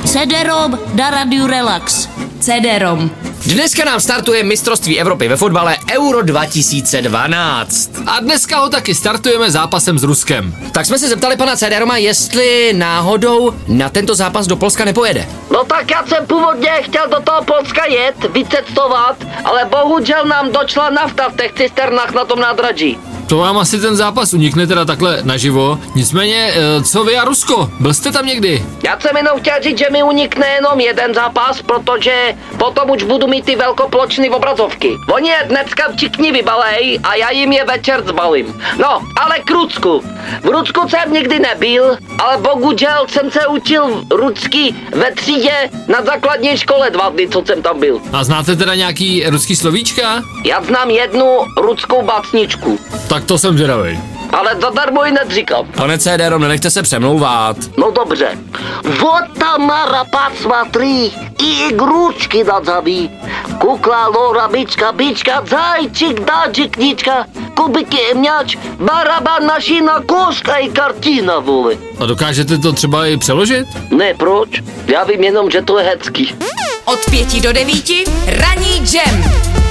CD-ROM na Radio Relax. CD-ROM. Dneska nám startuje mistrovství Evropy ve fotbale Euro 2012. A dneska ho taky startujeme zápasem s Ruskem. Tak jsme se zeptali pana CD-ROMa, jestli náhodou na tento zápas do Polska nepojede. No tak já jsem původně chtěl do toho Polska jet, vycestovat, ale bohužel nám došla nafta v těch cisternách na tom nádraží. To vám asi ten zápas unikne teda takhle naživo. Nicméně, co vy a Rusko? Byl jste tam někdy? Já jsem jenom chtěl říct, že mi unikne jenom jeden zápas, protože potom už budu mít ty velkopločný obrazovky. Oni je dneska všichni vybalej a já jim je večer zbalím. No, ale k Rusku. V Rusku jsem nikdy nebyl, ale bohužel jsem se učil rusky ve třídě na základní škole 2 dny, co jsem tam byl. A znáte teda nějaký ruský slovíčka? Já znám jednu ruskou básničku. Tak to jsem zvědavej. Ale zadarmo ji neříkám. Pane CD-ROM, nenechte se přemlouvat. No dobře. Вот там Мара, смотри, и игрушки назови. Кукла, лора, бичка, зайчик, даджик, ничка, кубики, мяч, барабан, машина, кошка и картина, vole. A dokážete to třeba i přeložit? Ne, proč? Já vím jenom, že to je hecky. Od 5 do 9 ranní džem.